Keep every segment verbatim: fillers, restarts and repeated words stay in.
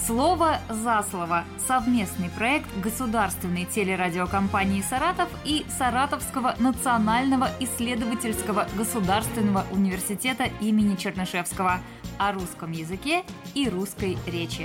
Слово за слово. Совместный проект государственной телерадиокомпании «Саратов» и Саратовского национального исследовательского государственного университета имени Чернышевского о русском языке и русской речи.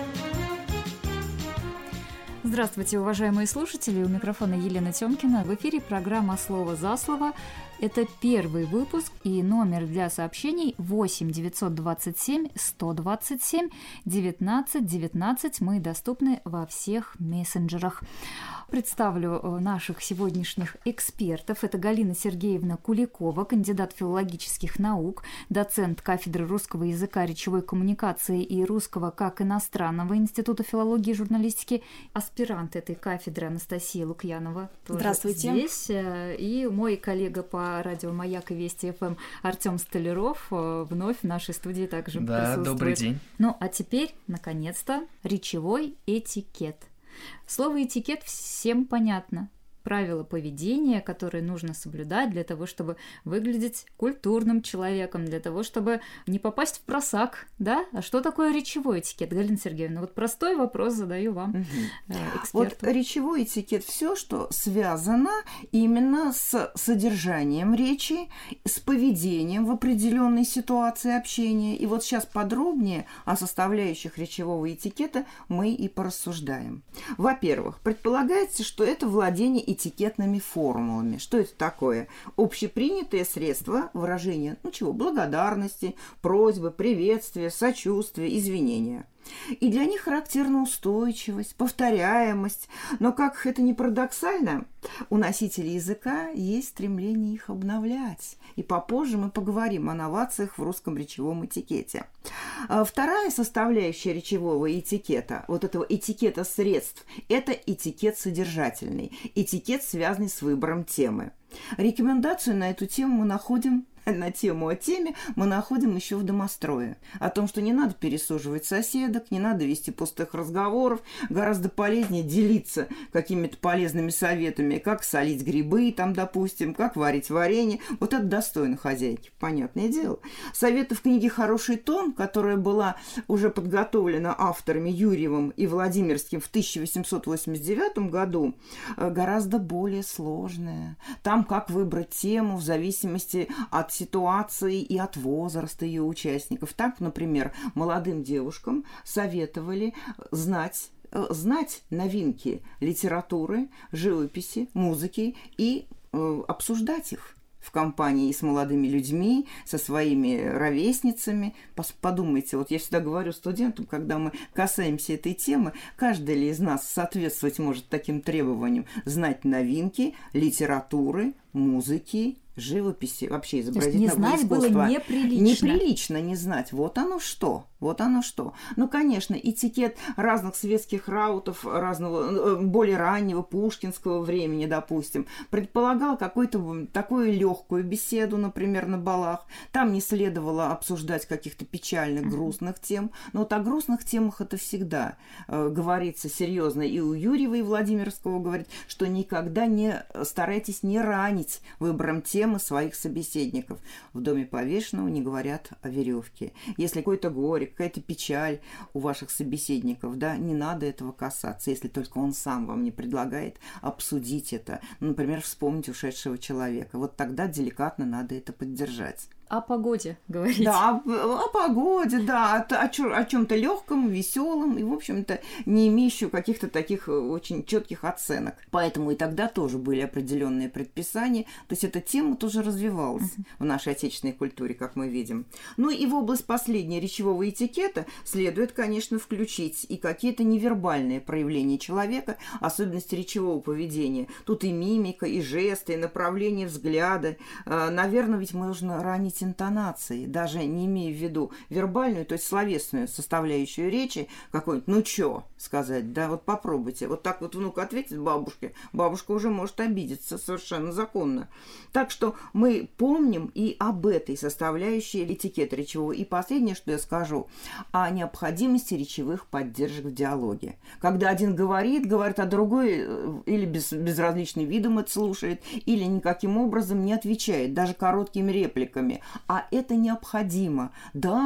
Здравствуйте, уважаемые слушатели! У микрофона Елена Тёмкина. В эфире программа «Слово за слово». Это первый выпуск, и номер для сообщений восемь девятьсот двадцать семь сто двадцать семь девятнадцать девятнадцать. Мы доступны во всех мессенджерах. Представлю наших сегодняшних экспертов. Это Галина Сергеевна Куликова, кандидат филологических наук, доцент кафедры русского языка, речевой коммуникации и русского как иностранного Института филологии и журналистики, аспирант этой кафедры Анастасия Лукьянова. Тоже Здравствуйте. Здесь. И мой коллега по радио «Маяк» и Вести эф эм Артём Столяров вновь в нашей студии также да, присутствует. Добрый день. Ну, а теперь, наконец-то, речевой этикет. Слово «этикет» всем понятно. Правила поведения, которые нужно соблюдать для того, чтобы выглядеть культурным человеком, для того, чтобы не попасть в просак, да? А что такое речевой этикет, Галина Сергеевна? Вот простой вопрос задаю вам, угу. эксперту. Вот речевой этикет – все, что связано именно с содержанием речи, с поведением в определенной ситуации общения. И вот сейчас подробнее о составляющих речевого этикета мы и порассуждаем. Во-первых, предполагается, что это владение этикетными формулами. Что это такое? Общепринятые средства выражения, ну чего, благодарности, просьбы, приветствия, сочувствия, извинения. И для них характерна устойчивость, повторяемость. Но, как это ни парадоксально, у носителей языка есть стремление их обновлять. И попозже мы поговорим о новациях в русском речевом этикете. Вторая составляющая речевого этикета, вот этого этикета средств, это этикет содержательный, этикет, связанный с выбором темы. Рекомендацию на эту тему мы находим на тему о теме мы находим еще в домострое. О том, что не надо пересуживать соседок, не надо вести пустых разговоров, гораздо полезнее делиться какими-то полезными советами, как солить грибы, там, допустим, как варить варенье. Вот это достойно хозяйки, понятное дело. Советы в книге «Хороший тон», которая была уже подготовлена авторами Юрьевым и Владимирским в тысяча восемьсот восемьдесят девятом году, гораздо более сложная. Там как выбрать тему в зависимости от ситуации и от возраста ее участников. Так, например, молодым девушкам советовали знать, знать новинки литературы, живописи, музыки и э, обсуждать их в компании с молодыми людьми, со своими ровесницами. Подумайте, вот я всегда говорю студентам, когда мы касаемся этой темы, каждый ли из нас соответствовать может таким требованиям: знать новинки литературы, музыки, живописи, вообще изобразительного искусства. То есть не знать было неприлично. Неприлично не знать. Вот оно что. Вот оно что. Ну, конечно, этикет разных светских раутов, разного, более раннего пушкинского времени, допустим, предполагал какую-то такую легкую беседу, например, на балах. Там не следовало обсуждать каких-то печальных, грустных тем. Но вот о грустных темах это всегда э, говорится серьезно. И у Юрьева и Владимирского говорит, что никогда не старайтесь не ранить выбором темы своих собеседников. В доме повешенного не говорят о веревке. Если какое-то горе, какая-то печаль у ваших собеседников, да, не надо этого касаться, если только он сам вам не предлагает обсудить это. Например, вспомнить ушедшего человека. Вот тогда деликатно надо это поддержать. О погоде говорить. Да, о погоде, да, о, о чем-то легком, веселом и, в общем-то, не имеющем каких-то таких очень четких оценок. Поэтому и тогда тоже были определенные предписания. То есть эта тема тоже развивалась uh-huh. в нашей отечественной культуре, как мы видим. Ну и в область последней речевого этикета следует, конечно, включить и какие-то невербальные проявления человека, особенности речевого поведения. Тут и мимика, и жесты, и направление взгляда. Наверное, ведь можно ранить интонации, даже не имея в виду вербальную, то есть словесную составляющую речи, какой-нибудь «ну чё» сказать, да, вот попробуйте. Вот так вот внук ответит бабушке, бабушка уже может обидеться совершенно законно. Так что мы помним и об этой составляющей этикета речевого. И последнее, что я скажу, о необходимости речевых поддержек в диалоге. Когда один говорит, говорит, а другой или без, безразличным видом это слушает, или никаким образом не отвечает, даже короткими репликами. А это необходимо. Да,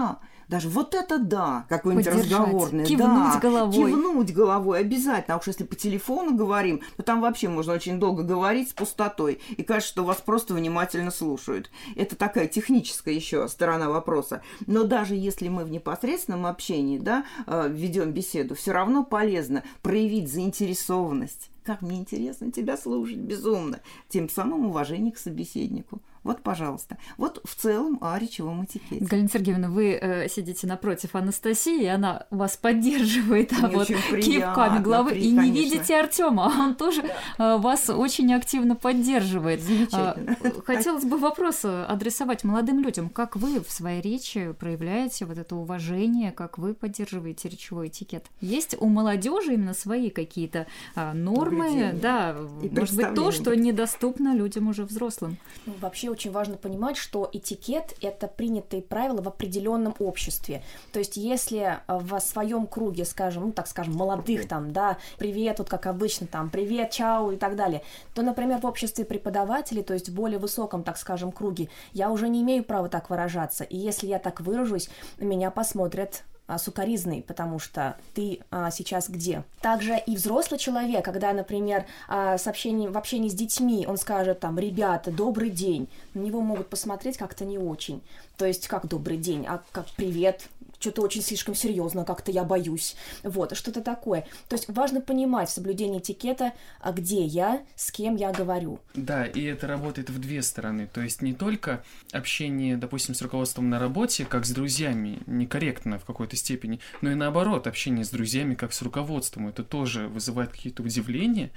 Даже вот это да, какой-нибудь разговорный. Кивнуть да, головой. Кивнуть головой обязательно. А уж если по телефону говорим, то там вообще можно очень долго говорить с пустотой. И кажется, что вас просто внимательно слушают. Это такая техническая еще сторона вопроса. Но даже если мы в непосредственном общении, да, ведем беседу, все равно полезно проявить заинтересованность. Как мне интересно тебя слушать, безумно. Тем самым уважение к собеседнику. Вот, пожалуйста. Вот в целом о речевом этикете. Галина Сергеевна, вы э, сидите напротив Анастасии, и она вас поддерживает а вот, кивками головы. При, и не конечно. Видите Артема, он тоже э, вас очень активно поддерживает. Замечательно. Э, хотелось бы вопрос адресовать молодым людям. Как вы в своей речи проявляете вот это уважение, как вы поддерживаете речевой этикет? Есть у молодежи именно свои какие-то э, нормы, да, может быть, то, что недоступно людям уже взрослым? Ну, вообще очень важно понимать, что этикет – это принятые правила в определенном обществе. То есть если в своем круге, скажем, ну так скажем, молодых там, да, привет, вот как обычно там, привет, чао и так далее, то, например, в обществе преподавателей, то есть в более высоком, так скажем, круге, я уже не имею права так выражаться. И если я так выражусь, меня посмотрят сукоризной, потому что ты а, сейчас где? Также и взрослый человек, когда, например, а, с общением, в общении с детьми он скажет там, ребята, добрый день, на него могут посмотреть как-то не очень. То есть как добрый день, а как привет, что-то очень слишком серьезно, как-то я боюсь. Вот, что-то такое. То есть важно понимать в соблюдении этикета, а где я, с кем я говорю. Да, и это работает в две стороны. То есть не только общение, допустим, с руководством на работе, как с друзьями, некорректно в какой-то степени, но и наоборот, общение с друзьями, как с руководством. Это тоже вызывает какие-то удивления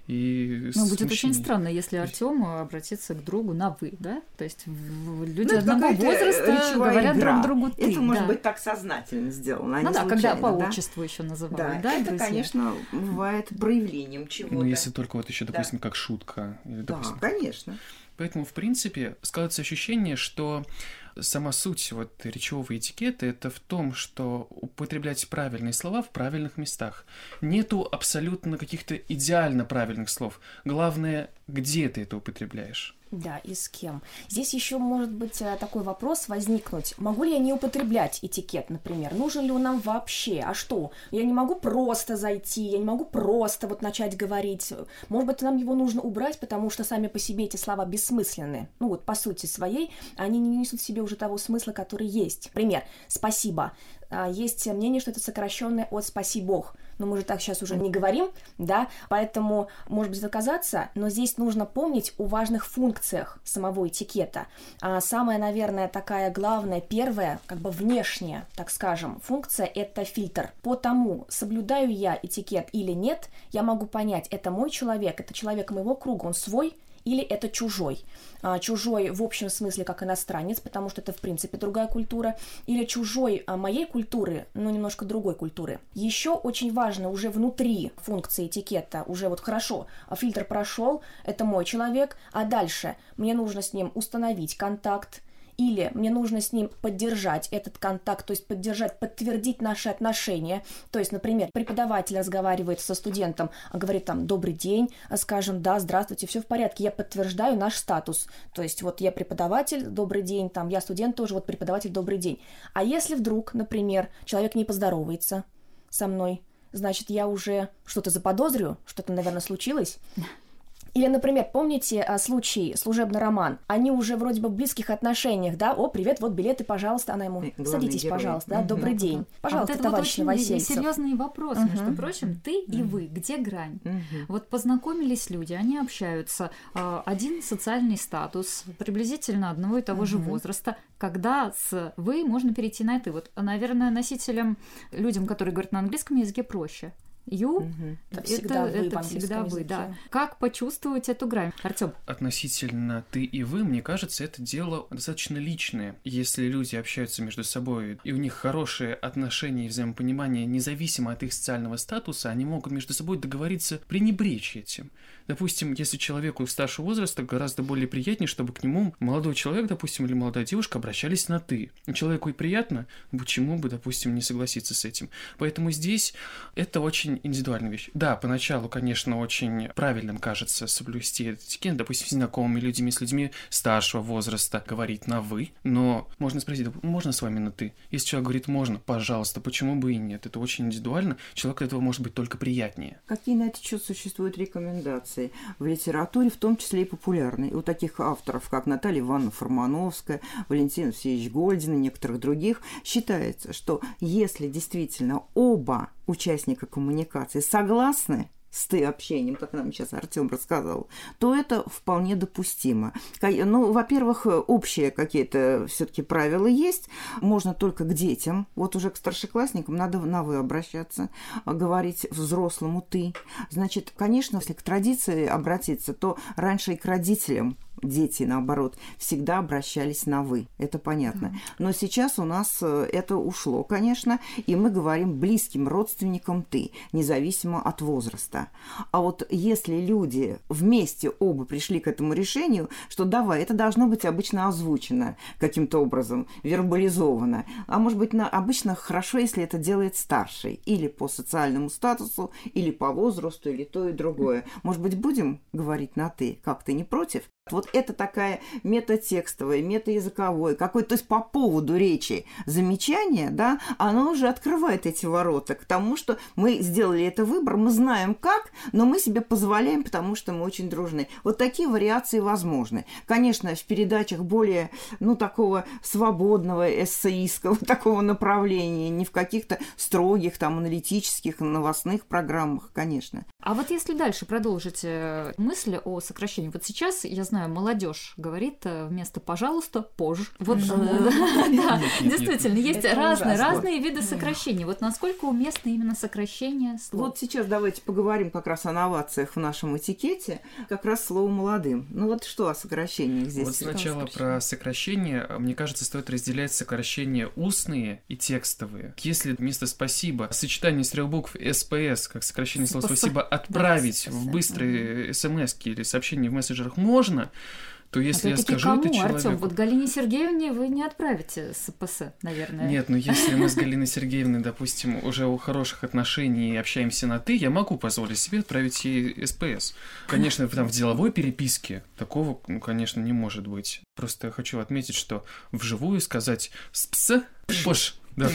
и Ну, будет очень странно, если Артём обратится к другу на «вы», да? То есть люди ну, одного возраста говорят игра. друг другу «ты». Это да. может быть так сознательно сделано, а ну не да, случайно, когда по да? отчеству еще называют, да, да, это, друзья? конечно, бывает проявлением чего-то. Ну, если только вот еще, допустим, да. как шутка. Или, допустим, да, конечно. Поэтому, в принципе, складывается ощущение, что сама суть вот речевого этикета — это в том, что употреблять правильные слова в правильных местах. Нету абсолютно каких-то идеально правильных слов. Главное, где ты это употребляешь. Да, и с кем. Здесь еще может быть такой вопрос возникнуть. Могу ли я не употреблять этикет, например? Нужен ли он нам вообще? А что? Я не могу просто зайти, я не могу просто вот начать говорить. Может быть, нам его нужно убрать, потому что сами по себе эти слова бессмысленны. Ну вот по сути своей они не несут в себе уже того смысла, который есть. Пример. Спасибо. Есть мнение, что это сокращенное от «спаси Бог». Но мы же так сейчас уже не говорим, да, поэтому, может быть, отказаться, но здесь нужно помнить о важных функциях самого этикета. А самая, наверное, такая главная, первая, как бы внешняя, так скажем, функция – это фильтр. По тому, соблюдаю я этикет или нет, я могу понять, это мой человек, это человек моего круга, он свой, или это чужой. А, чужой в общем смысле как иностранец, потому что это в принципе другая культура, или чужой а, моей культуры, но немножко другой культуры. Еще очень важно уже внутри функции этикета, уже вот хорошо, фильтр прошел, это мой человек, а дальше мне нужно с ним установить контакт, или мне нужно с ним поддержать этот контакт, то есть поддержать, подтвердить наши отношения. То есть, например, преподаватель разговаривает со студентом, говорит там «добрый день», скажем «да, здравствуйте, все в порядке», я подтверждаю наш статус. То есть вот я преподаватель, добрый день, там я студент тоже, вот преподаватель, добрый день. А если вдруг, например, человек не поздоровается со мной, значит, я уже что-то заподозрю, что-то, наверное, случилось. Или, например, помните случай «Служебный роман»? Они уже вроде бы в близких отношениях, да? О, привет, вот билеты, пожалуйста. Она ему, садитесь, герой. Пожалуйста, да? Добрый uh-huh. день. Пожалуйста, а вот вот товарищ Новосельцев. Серьезный вопрос, uh-huh. между прочим, ты uh-huh. и вы, где грань? Uh-huh. Вот познакомились люди, они общаются, один социальный статус, приблизительно одного и того uh-huh. же возраста, когда с «вы» можно перейти на «ты». Вот, наверное, носителям, людям, которые говорят на английском языке, проще. You, угу. это, это всегда вы, это всегда вы да. Как почувствовать эту грань? Артём? Относительно «ты» и «вы», мне кажется, это дело достаточно личное. Если люди общаются между собой, и у них хорошие отношения и взаимопонимание, независимо от их социального статуса, они могут между собой договориться пренебречь этим. Допустим, если человеку старшего возраста гораздо более приятнее, чтобы к нему молодой человек, допустим, или молодая девушка обращались на «ты». Человеку и приятно, почему бы, допустим, не согласиться с этим. Поэтому здесь это очень очень индивидуальная вещь. Да, поначалу, конечно, очень правильным кажется соблюсти этот этикет, допустим, с незнакомыми людьми, с людьми старшего возраста говорить на «вы», но можно спросить, можно с вами на «ты»? Если человек говорит «можно», пожалуйста, почему бы и нет? Это очень индивидуально, человеку от этого может быть только приятнее. Какие на этот счет существуют рекомендации в литературе, в том числе и популярной? У таких авторов, как Наталья Ивановна Фурмановская, Валентин Алексеевич Гольдин и некоторых других, считается, что если действительно оба участника коммуникации согласны с ты общением, как нам сейчас Артём рассказал, то это вполне допустимо. Ну, во-первых, общие какие-то все-таки правила есть. Можно только к детям. Вот уже к старшеклассникам надо на «вы» обращаться, говорить взрослому «ты». Значит, конечно, если к традиции обратиться, то раньше и к родителям дети, наоборот, всегда обращались на «вы». Это понятно. Но сейчас у нас это ушло, конечно, и мы говорим близким родственникам «ты», независимо от возраста. А вот если люди вместе оба пришли к этому решению, что давай, это должно быть обычно озвучено каким-то образом, вербализовано. А может быть, на, обычно хорошо, если это делает старший. Или по социальному статусу, или по возрасту, или то и другое. Может быть, будем говорить на «ты»? Как, ты не против? Вот это такая метатекстовая, метаязыковое, какое, то есть по поводу речи замечание, да, оно уже открывает эти ворота к тому, что мы сделали это выбор, мы знаем как, но мы себе позволяем, потому что мы очень дружны. Вот такие вариации возможны. Конечно, в передачах более, ну, такого свободного, эссеистского такого направления, не в каких-то строгих, там, аналитических, новостных программах, конечно. А вот если дальше продолжить мысли о сокращении, вот сейчас, я знаю, молодежь говорит вместо «пожалуйста» «позже». Вот, да, действительно, есть разные разные виды сокращений. Вот насколько уместно именно сокращение слов? Вот сейчас давайте поговорим как раз о новациях в нашем этикете, как раз слово «молодым». Ну вот что о сокращениях здесь? Вот сначала про сокращение. Мне кажется, стоит разделять сокращения устные и текстовые. Если вместо «спасибо» сочетание из трех букв «СПС», как сокращение слова «спасибо», отправить в быстрые смс-ки или сообщения в мессенджерах можно, то если я скажу кому, это человеку... Артём, вот Галине Сергеевне вы не отправите СПС, наверное. Нет, ну если мы с Галиной Сергеевной, допустим, уже у хороших отношений и общаемся на «ты», я могу позволить себе отправить ей СПС. Конечно, там в деловой переписке такого, ну, конечно, не может быть. Просто я хочу отметить, что вживую сказать «спс», «пош», да,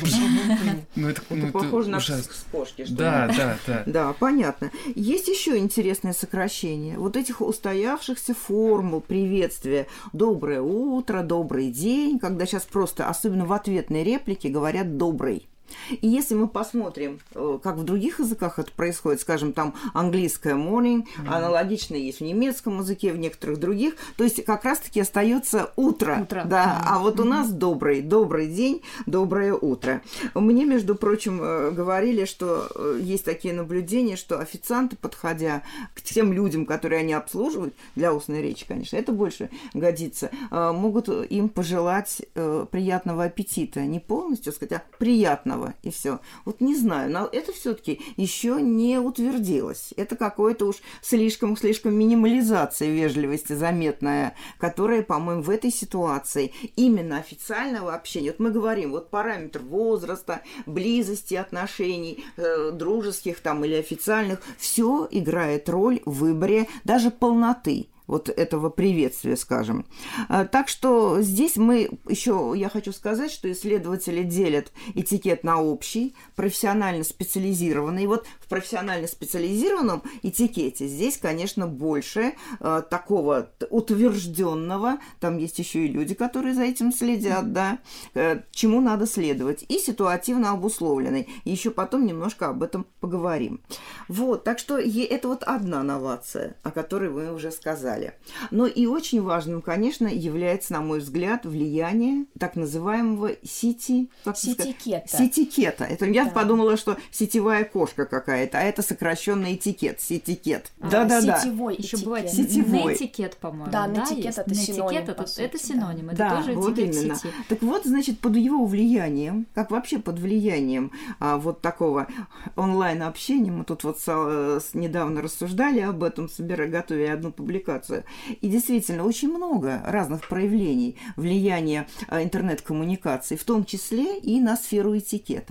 ну, это, ну, это похоже это на вспышки. Да, да, да. Да, понятно. Есть еще интересное сокращение. Вот этих устоявшихся формул приветствия. Доброе утро, добрый день, когда сейчас просто, особенно в ответной реплике, говорят «добрый». И если мы посмотрим, как в других языках это происходит, скажем, там английское morning, mm-hmm. аналогично есть в немецком языке, в некоторых других, то есть как раз-таки остается утро, утро. Да, mm-hmm. а вот у нас добрый, добрый день, доброе утро. Мне, между прочим, говорили, что есть такие наблюдения, что официанты, подходя к тем людям, которые они обслуживают, для устной речи, конечно, это больше годится, могут им пожелать приятного аппетита, не полностью сказать, а приятного. И все. Вот не знаю, но это все-таки еще не утвердилось. Это какое-то уж слишком-слишком минимализация вежливости заметная, которая, по-моему, в этой ситуации именно официального общения. Вот мы говорим, вот параметр возраста, близости отношений, э, дружеских там или официальных, все играет роль в выборе даже полноты вот этого приветствия, скажем. Так что здесь мы еще, я хочу сказать, что исследователи делят этикет на общий, профессионально специализированный. И вот в профессионально специализированном этикете здесь, конечно, больше э, такого утвержденного, там есть еще и люди, которые за этим следят, да, э, чему надо следовать, и ситуативно обусловленный. И еще потом немножко об этом поговорим. Вот, так что это вот одна новация, о которой вы уже сказали. Но и очень важным, конечно, является, на мой взгляд, влияние так называемого сети... Сетикета. Сетикета. Это я да. подумала, что сетевая кошка какая-то, а это сокращенный этикет, сетикет. Да-да-да. Сетевой еще бывает сетевой. Нетикет, по-моему. Да, нетикет да, это синоним. Это, это синоним, это да, тоже вот этикет именно. сети. Так вот, значит, под его влиянием, как вообще под влиянием а, вот такого онлайн-общения, мы тут вот с, с, недавно рассуждали об этом, собирая, готовя одну публикацию. И действительно, очень много разных проявлений влияния интернет-коммуникаций, в том числе и на сферу этикета.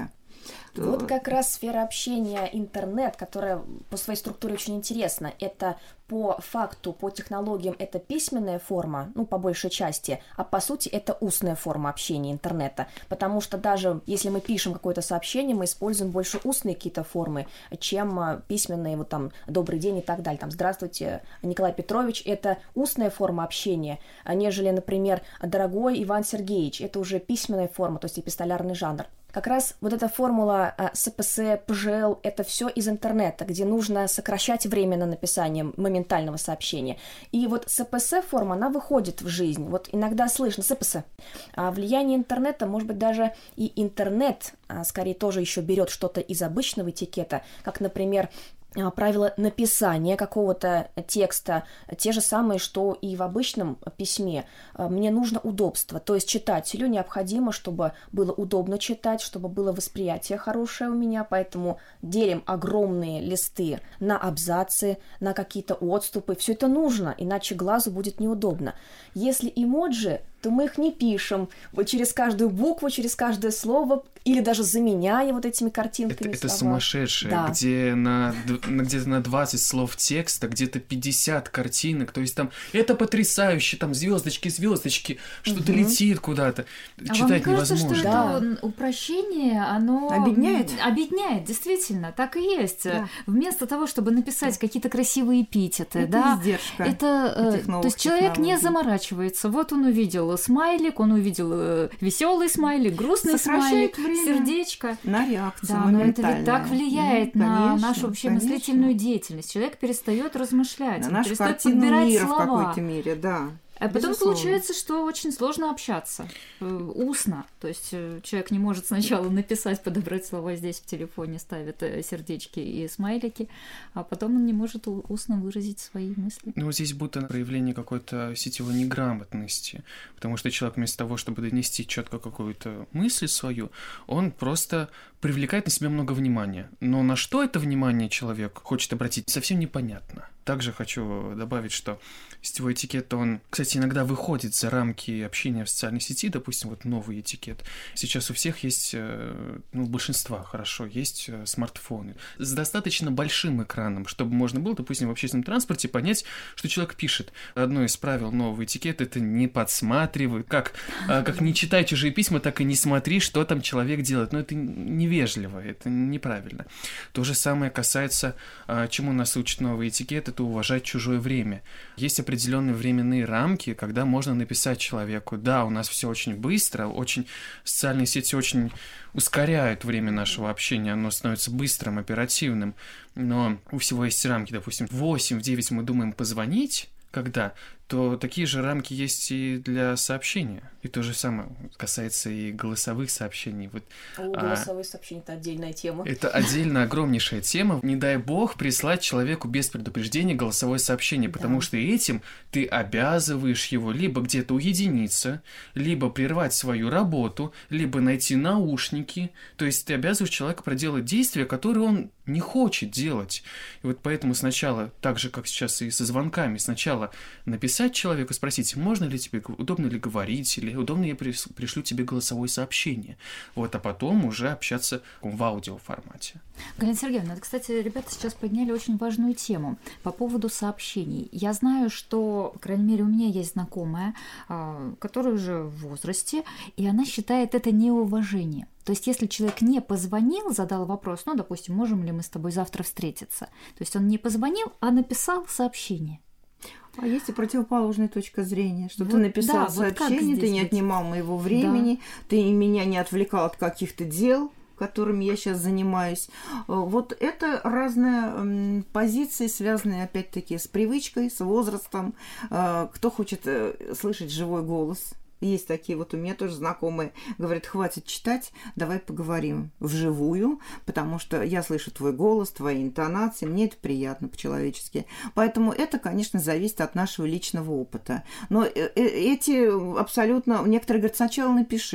Вот как раз сфера общения интернет, которая по своей структуре очень интересна. Это по факту, по технологиям это письменная форма, ну, по большей части, а по сути это устная форма общения интернета, потому что даже если мы пишем какое-то сообщение, мы используем больше устные какие-то формы, чем письменные, вот там, добрый день и так далее, там, здравствуйте, Николай Петрович, это устная форма общения, нежели, например, дорогой Иван Сергеевич, это уже письменная форма, то есть эпистолярный жанр. Как раз вот эта формула СПС, ПЖЛ, это все из интернета, где нужно сокращать время на написание моментального сообщения. И вот СПС-форма, она выходит в жизнь. Вот иногда слышно СПС. А влияние интернета, может быть, даже и интернет, а скорее тоже еще берет что-то из обычного этикета, как, например, правила написания какого-то текста, те же самые, что и в обычном письме. Мне нужно удобство, то есть читателю необходимо, чтобы было удобно читать, чтобы было восприятие хорошее у меня, поэтому делим огромные листы на абзацы, на какие-то отступы, все это нужно, иначе глазу будет неудобно. Если эмоджи, то мы их не пишем вот через каждую букву, через каждое слово, или даже заменяя вот этими картинками. Это, это сумасшедшее, да. где на, на, где-то на двадцать слов текста, где-то пятьдесят картинок, то есть там это потрясающе, там звездочки, звездочки, что-то угу. летит куда-то, а читать вам кажется, невозможно. Что да. это упрощение, оно объединяет? Объединяет, действительно, так и есть. Да. Вместо того, чтобы написать да. какие-то красивые эпитеты, это да, издержка это, то есть человек не заморачивается. Вот он увидел смайлик, он увидел э, веселый смайлик, грустный смайлик, сердечко. На реакцию. Да, но это ведь так влияет ну, конечно, на нашу вообще конечно. мыслительную деятельность. Человек перестает размышлять, на он нашу перестает картину подбирать мира слова. в какой-то мере, да. А потом Безусловно. Получается, что очень сложно общаться э, устно. То есть э, человек не может сначала написать, подобрать слова здесь в телефоне, ставит э, сердечки и смайлики, а потом он не может у- устно выразить свои мысли. Ну, здесь будто проявление какой-то сетевой неграмотности, потому что человек вместо того, чтобы донести четко какую-то мысль свою, он просто привлекает на себя много внимания. Но на что это внимание человек хочет обратить, совсем непонятно. Также хочу добавить, что сетевой этикет, он, кстати, иногда выходит за рамки общения в социальной сети, допустим, вот новый этикет. Сейчас у всех есть, ну, у большинства, хорошо, есть смартфоны с достаточно большим экраном, чтобы можно было, допустим, в общественном транспорте понять, что человек пишет. Одно из правил нового этикета — это не подсматривай, как, как не читай чужие письма, так и не смотри, что там человек делает. Но это невежливо, это неправильно. То же самое касается, чему нас учит новый этикет, это уважать чужое время. Есть определенные временные рамки, когда можно написать человеку: да, у нас все очень быстро, очень социальные сети очень ускоряют время нашего общения, оно становится быстрым, оперативным, но у всего есть рамки, допустим, в восемь-девять мы думаем позвонить, когда, то такие же рамки есть и для сообщения. И то же самое касается и голосовых сообщений. Вот, О, голосовые а, сообщения — это отдельная тема. Это отдельно огромнейшая тема. Не дай бог прислать человеку без предупреждения голосовое сообщение, потому да. что этим ты обязываешь его либо где-то уединиться, либо прервать свою работу, либо найти наушники. То есть ты обязываешь человека проделать действия, которые он не хочет делать. И вот поэтому сначала, так же, как сейчас и со звонками, сначала написать человеку, спросить, можно ли тебе, удобно ли говорить, или удобно я пришлю тебе голосовое сообщение. Вот, а потом уже общаться в аудиоформате. Галина Сергеевна, это, кстати, ребята сейчас подняли очень важную тему по поводу сообщений. Я знаю, что, по крайней мере, у меня есть знакомая, которая уже в возрасте, и она считает это неуважением. То есть, если человек не позвонил, задал вопрос, ну, допустим, можем ли мы с тобой завтра встретиться? То есть, он не позвонил, а написал сообщение. А есть и противоположная точка зрения, что вот, ты написал да, сообщение, вот ты не быть? отнимал моего времени, да. ты меня не отвлекал от каких-то дел, которыми я сейчас занимаюсь. Вот это разные позиции, связанные, опять-таки, с привычкой, с возрастом. Кто хочет слышать живой голос. Есть такие вот у меня тоже знакомые, говорят, хватит читать, давай поговорим вживую, потому что я слышу твой голос, твои интонации, мне это приятно по-человечески. Поэтому это, конечно, зависит от нашего личного опыта. Но эти абсолютно... Некоторые говорят, сначала напиши.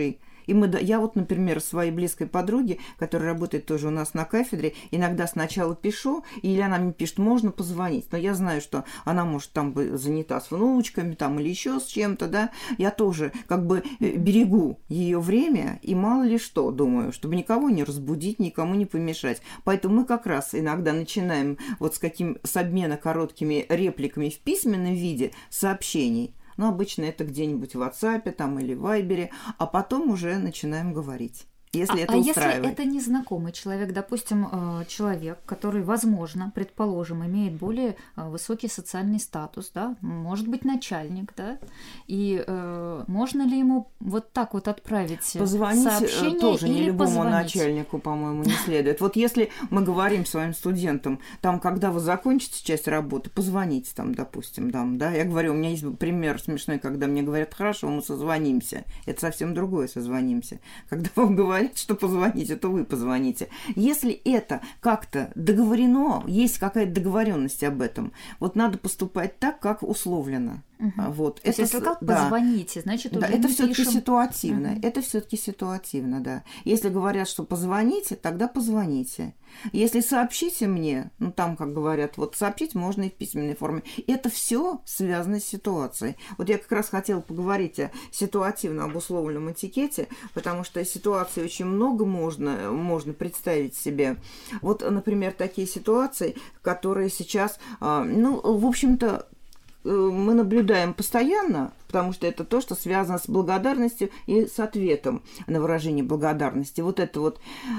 И мы, я вот, например, своей близкой подруге, которая работает тоже у нас на кафедре, иногда сначала пишу, или она мне пишет, можно позвонить. Но я знаю, что она может там быть занята с внучками там, или еще с чем-то, да. Я тоже как бы берегу ее время, и мало ли что, думаю, чтобы никого не разбудить, никому не помешать. Поэтому мы как раз иногда начинаем вот с, каким, с обмена короткими репликами в письменном виде сообщений. Ну, обычно это где-нибудь в WhatsApp там, или в Вайбере, а потом уже начинаем говорить. Если а, это а устраивает. если это незнакомый человек, допустим, человек, который, возможно, предположим, имеет более высокий социальный статус, да, может быть, начальник, да, и э, можно ли ему вот так вот отправить позвонить сообщение тоже или не любому позвонить? Начальнику, по-моему, не следует. Вот если мы говорим своим студентам, там, когда вы закончите часть работы, позвоните там, допустим, там, да, я говорю, у меня есть пример смешной, когда мне говорят, хорошо, мы созвонимся, это совсем другое созвонимся, когда вам говорят, что позвоните, то вы позвоните. Если это как-то договорено, есть какая-то договоренность об этом, вот надо поступать так, как условлено. Угу. Вот. То это, есть, если как да, позвоните, значит, да, уже это не все-таки пишем. ситуативно. Угу. Это все-таки ситуативно, да. Если говорят, что позвоните, тогда позвоните. Если сообщите мне, ну там, как говорят, вот сообщить можно и в письменной форме. Это все связано с ситуацией. Вот я как раз хотела поговорить о ситуативно обусловленном этикете, потому что ситуаций очень много можно, можно представить себе. Вот, например, такие ситуации, которые сейчас, ну, в общем-то, мы наблюдаем постоянно, потому что это то, что связано с благодарностью и с ответом на выражение благодарности. Вот это вот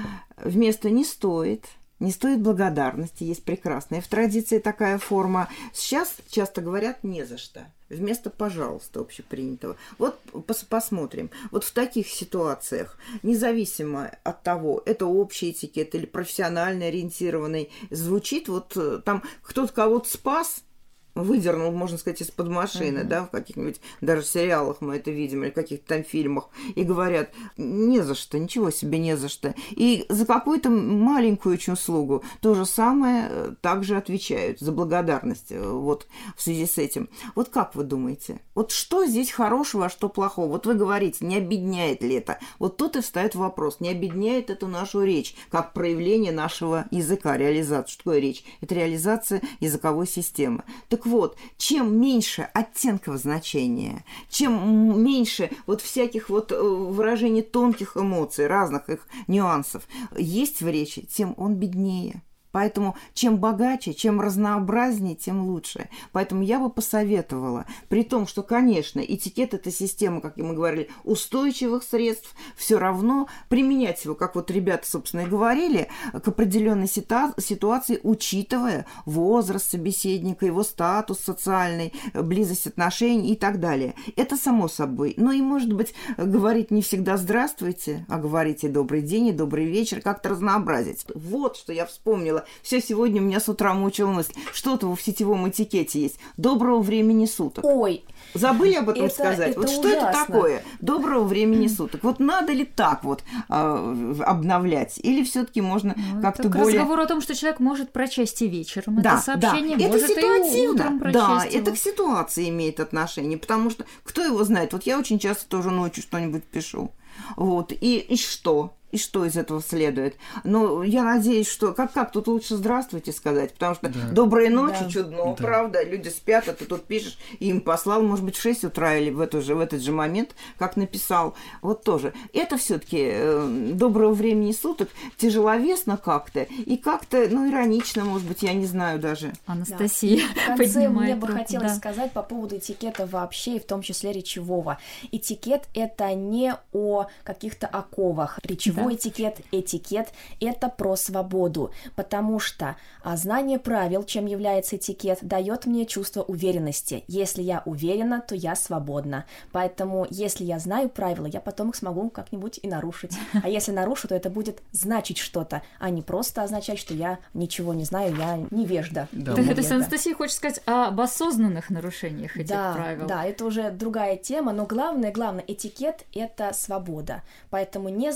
вместо «не стоит», «не стоит благодарности» есть прекрасная в традиции такая форма. Сейчас часто говорят «не за что». Вместо «пожалуйста» общепринятого. Вот пос- посмотрим. Вот в таких ситуациях, независимо от того, это общий этикет или профессионально ориентированный, звучит вот там кто-то кого-то спас, выдернул, можно сказать, из-под машины, uh-huh. да, в каких-нибудь даже сериалах мы это видим, или каких-то там фильмах, и говорят, не за что, ничего себе не за что. И за какую-то маленькую очень услугу то же самое также отвечают, за благодарность вот в связи с этим. Вот как вы думаете? Вот что здесь хорошего, а что плохого? Вот вы говорите, не обедняет ли это? Вот тут и встает вопрос, не обедняет эту нашу речь, как проявление нашего языка, реализация. Что такое речь? Это реализация языковой системы. Так вот, чем меньше оттенков значения, чем меньше вот всяких вот выражений тонких эмоций, разных их нюансов есть в речи, тем он беднее. Поэтому чем богаче, чем разнообразнее, тем лучше. Поэтому я бы посоветовала, при том, что, конечно, этикет – это система, как мы говорили, устойчивых средств, все равно применять его, как вот ребята, собственно, и говорили, к определенной ситуа- ситуации, учитывая возраст собеседника, его статус социальный, близость отношений и так далее. Это само собой. Но и, может быть, говорить не всегда «здравствуйте», а говорить и «добрый день», и «добрый вечер», как-то разнообразить. Вот что я вспомнила. Все сегодня меня с утра мучила мысль. Что-то в сетевом этикете есть. Доброго времени суток. Ой. Забыли об этом это, сказать? Это вот что ужасно. это такое? Доброго времени суток. Вот надо ли так вот э, обновлять? Или все-таки можно ну, как-то более... Разговор о том, что человек может прочесть и вечером да, это сообщение, да. может это и утром прочесть Да, его. это к ситуации имеет отношение, потому что кто его знает? Вот я очень часто тоже ночью что-нибудь пишу. Вот. И, и что? И что из этого следует? Ну, я надеюсь, что... Как, как тут лучше «здравствуйте» сказать? Потому что да. доброй ночи, да. чудно, да. правда? Люди спят, а ты тут пишешь, и им послал, может быть, в шесть утра или в, эту же, в этот же момент, как написал. Вот тоже. Это все-таки э, доброго времени суток тяжеловесно как-то, и как-то, ну, иронично, может быть, я не знаю даже. Анастасия да. В конце мне бы руку. хотелось да. сказать по поводу этикета вообще, и в том числе речевого. Этикет – это не о каких-то оковах. Речевой да. этикет, этикет – это про свободу, потому что а, знание правил, чем является этикет, дает мне чувство уверенности. Если я уверена, то я свободна. Поэтому, если я знаю правила, я потом их смогу как-нибудь и нарушить. А если нарушу, то это будет значить что-то, а не просто означать, что я ничего не знаю, я невежда. Да, то есть Анастасия хочет сказать об осознанных нарушениях этих да, правил. Да, это уже другая тема, но главное, главное, этикет – это свобода. Поэтому незнание этикета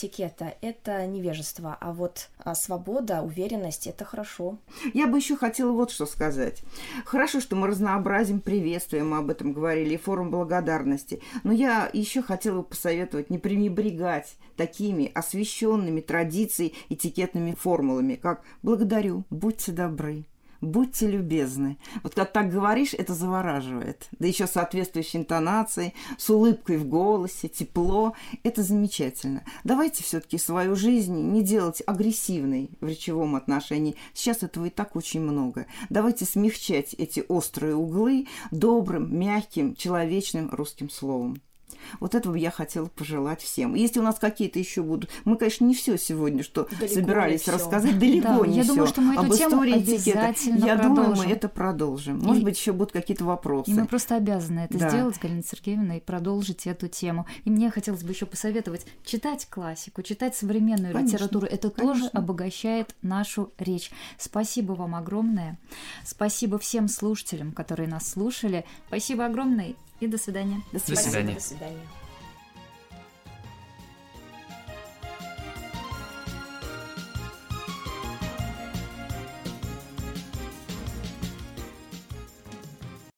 этикета — это невежество, а вот а, свобода, уверенность — это хорошо. Я бы еще хотела вот что сказать. Хорошо, что мы разнообразим приветствия, мы об этом говорили, и форум благодарности. Но я еще хотела бы посоветовать не пренебрегать такими освященными традицией, этикетными формулами, как «благодарю», «будьте добры», «будьте любезны». Вот когда так говоришь, это завораживает. Да еще с соответствующей интонацией, с улыбкой в голосе, тепло. Это замечательно. Давайте все-таки свою жизнь не делать агрессивной в речевом отношении. Сейчас этого и так очень много. Давайте смягчать эти острые углы добрым, мягким, человечным русским словом. Вот этого я хотела пожелать всем. Если у нас какие-то еще будут... Мы, конечно, не все сегодня, что далеко собирались рассказать, далеко да, не я все. думаю, что мы эту Об тему истории этикета. Я продолжим. думаю, мы это продолжим. Может И... быть, еще будут какие-то вопросы. И мы просто обязаны это да. сделать, Галина Сергеевна, и продолжить эту тему. И мне хотелось бы еще посоветовать читать классику, читать современную Конечно, литературу. Это конечно. тоже обогащает нашу речь. Спасибо вам огромное. Спасибо всем слушателям, которые нас слушали. Спасибо огромное и до свидания. До свидания. До свидания.